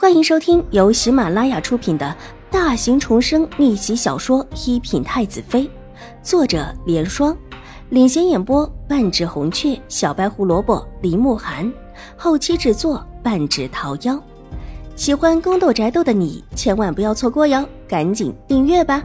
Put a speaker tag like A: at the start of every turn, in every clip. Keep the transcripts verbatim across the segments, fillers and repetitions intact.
A: 欢迎收听由喜马拉雅出品的大型重生逆袭小说《一品太子妃》，作者莲霜，领衔演播半指红雀、小白胡萝卜、林慕寒，后期制作半指桃夭。喜欢宫斗宅斗的你千万不要错过哟，赶紧订阅吧。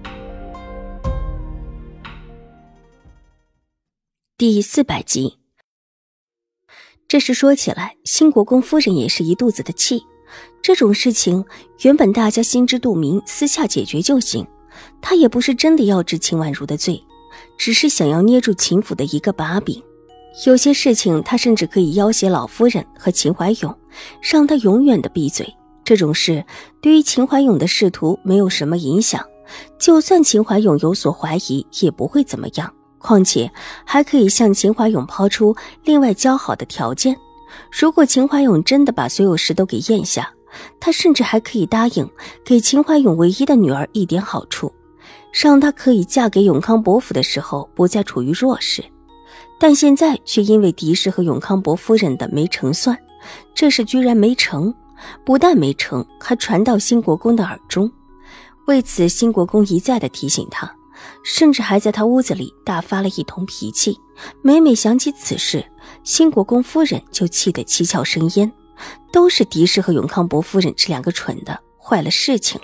A: 第四百集。这事说起来，新国公夫人也是一肚子的气。这种事情原本大家心知肚明，私下解决就行。他也不是真的要治秦婉如的罪，只是想要捏住秦府的一个把柄。有些事情他甚至可以要挟老夫人和秦怀勇，让他永远的闭嘴。这种事对于秦怀勇的仕途没有什么影响，就算秦怀勇有所怀疑也不会怎么样。况且还可以向秦怀勇抛出另外较好的条件，如果秦怀勇真的把所有事都给咽下，他甚至还可以答应给秦怀勇唯一的女儿一点好处，让她可以嫁给永康伯府的时候不再处于弱势。但现在却因为狄氏和永康伯夫人的没成算，这事居然没成，不但没成，还传到新国公的耳中。为此新国公一再的提醒他，甚至还在他屋子里大发了一通脾气。每每想起此事，新国公夫人就气得七窍生烟，都是狄氏和永康伯夫人这两个蠢的坏了事情了。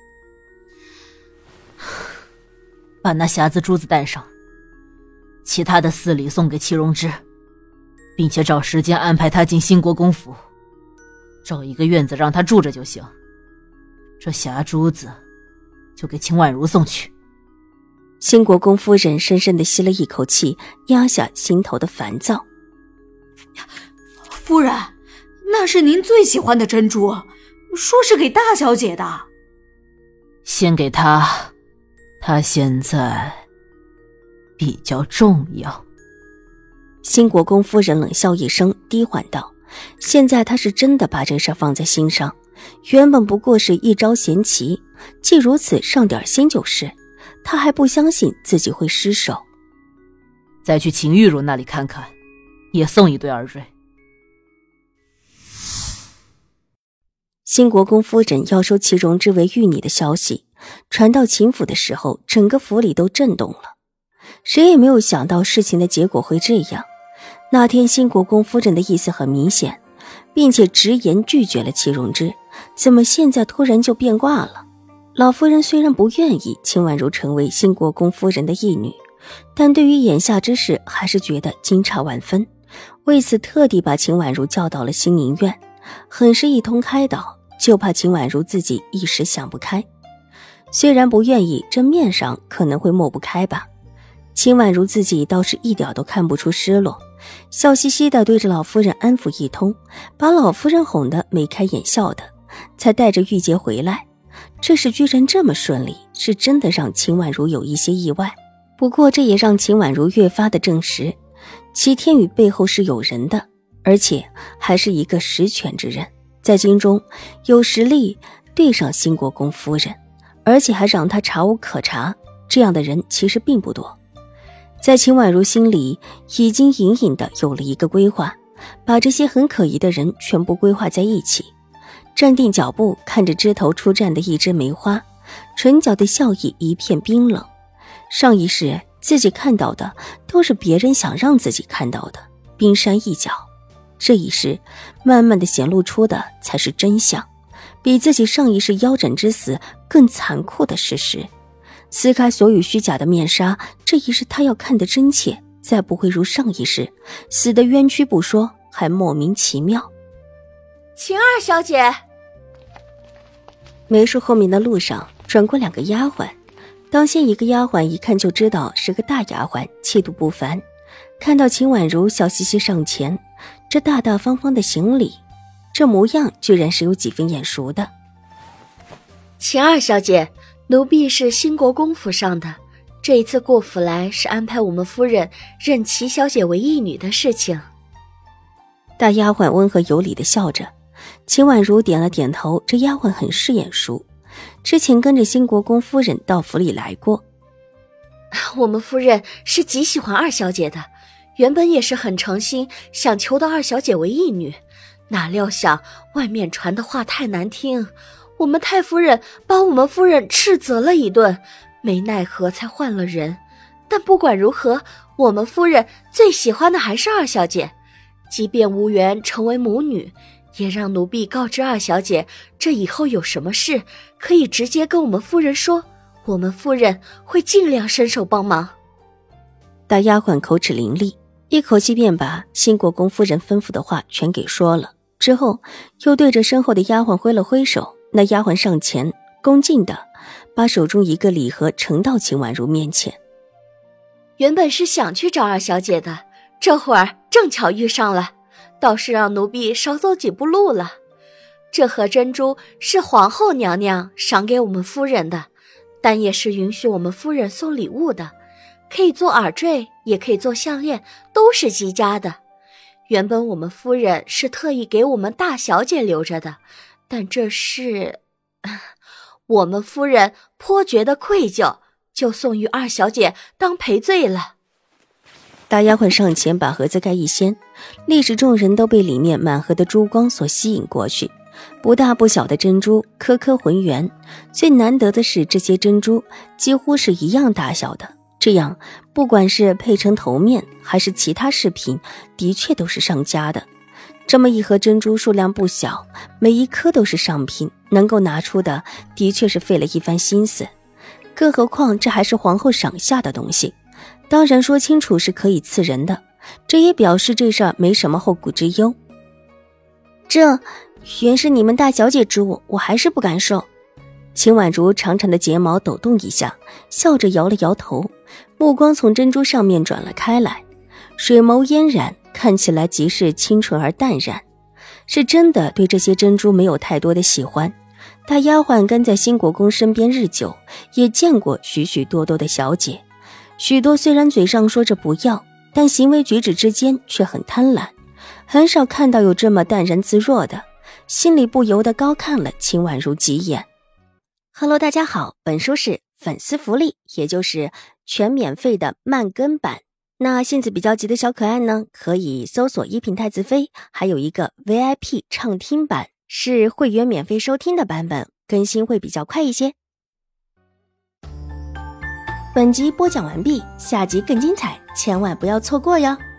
B: 把那匣子珠子带上，其他的司礼送给祁荣之，并且找时间安排他进新国公府，找一个院子让他住着就行。这匣珠子就给秦婉如送去。
A: 新国公夫人深深地吸了一口气，压下心头的烦躁。
C: 夫人，那是您最喜欢的珍珠，说是给大小姐的。
B: 先给她，她现在比较重要。
A: 新国公夫人冷笑一声，低缓道：现在她是真的把这事放在心上，原本不过是一招贤棋，既如此上点心就是。他还不相信自己会失手。
B: 再去秦玉茹那里看看，也送一对儿坠。
A: 新国公夫人要收祁荣之为玉女的消息传到秦府的时候，整个府里都震动了。谁也没有想到事情的结果会这样。那天新国公夫人的意思很明显，并且直言拒绝了祁荣之，怎么现在突然就变卦了？老夫人虽然不愿意秦婉如成为新国公夫人的义女，但对于眼下之事还是觉得惊诧万分，为此特地把秦婉如叫到了新宁院，很是一通开导，就怕秦婉如自己一时想不开。虽然不愿意，这面上可能会抹不开吧。秦婉如自己倒是一点都看不出失落，笑嘻嘻地对着老夫人安抚一通，把老夫人哄得眉开眼笑的，才带着玉洁回来。这事居然这么顺利，是真的让秦婉如有一些意外。不过这也让秦婉如越发的证实，祁天宇背后是有人的，而且还是一个实权之人，在京中有实力对上新国公夫人，而且还让他查无可查，这样的人其实并不多。在秦婉如心里已经隐隐的有了一个规划，把这些很可疑的人全部规划在一起。站定脚步，看着枝头出绽的一枝梅花，唇角的笑意一片冰冷。上一世自己看到的都是别人想让自己看到的冰山一角，这一世慢慢的显露出的才是真相，比自己上一世腰斩之死更残酷的事实。撕开所有虚假的面纱，这一世他要看得真切，再不会如上一世死得冤屈不说，还莫名其妙。
D: 秦二小姐。
A: 梅树后面的路上转过两个丫鬟，当先一个丫鬟一看就知道是个大丫鬟，气度不凡，看到秦婉如笑嘻嘻上前，这大大方方的行礼，这模样居然是有几分眼熟的。
D: 秦二小姐，奴婢是新国公府上的，这一次过府来是安排我们夫人认祁小姐为义女的事情。
A: 大丫鬟温和有礼地笑着，秦婉如点了点头，这丫鬟很是眼熟，之前跟着新国公夫人到府里来过。
D: 我们夫人是极喜欢二小姐的，原本也是很诚心想求到二小姐为义女， 哪料想外面传的话太难听，我们太夫人把我们夫人斥责了一顿，没奈何才换了人。但不管如何，我们夫人最喜欢的还是二小姐，即便无缘成为母女，也让奴婢告知二小姐，这以后有什么事可以直接跟我们夫人说，我们夫人会尽量伸手帮忙。
A: 大丫鬟口齿伶俐，一口气便把新国公夫人吩咐的话全给说了，之后又对着身后的丫鬟挥了挥手，那丫鬟上前恭敬地把手中一个礼盒呈到秦婉如面前。
D: 原本是想去找二小姐的，这会儿正巧遇上了，倒是让奴婢少走几步路了。这盒珍珠是皇后娘娘赏给我们夫人的，但也是允许我们夫人送礼物的，可以做耳坠，也可以做项链，都是极佳的。原本我们夫人是特意给我们大小姐留着的，但这是我们夫人颇觉得愧疚，就送与二小姐当赔罪了。
A: 大丫鬟上前把盒子盖一掀，立时众人都被里面满盒的珠光所吸引过去。不大不小的珍珠，颗颗浑圆，最难得的是这些珍珠几乎是一样大小的，这样不管是配成头面还是其他饰品，的确都是上佳的。这么一盒珍珠数量不小，每一颗都是上品，能够拿出的的确是费了一番心思。更何况这还是皇后赏下的东西，当然说清楚是可以赐人的，这也表示这事儿没什么后顾之忧。这原是你们大小姐之物，我还是不敢收。秦婉如长长的睫毛抖动一下，笑着摇了摇头，目光从珍珠上面转了开来，水眸嫣然，看起来极是清纯而淡然，是真的对这些珍珠没有太多的喜欢。大丫鬟跟在新国公身边日久，也见过许许多多的小姐，许多虽然嘴上说着不要，但行为举止之间却很贪婪，很少看到有这么淡然自若的，心里不由得高看了秦婉如几眼。Hello， 大家好，本书是粉丝福利，也就是全免费的慢更版。那性子比较急的小可爱呢，可以搜索一品太子妃，还有一个 V I P 畅听版，是会员免费收听的版本，更新会比较快一些。本集播讲完毕，下集更精彩，千万不要错过哟。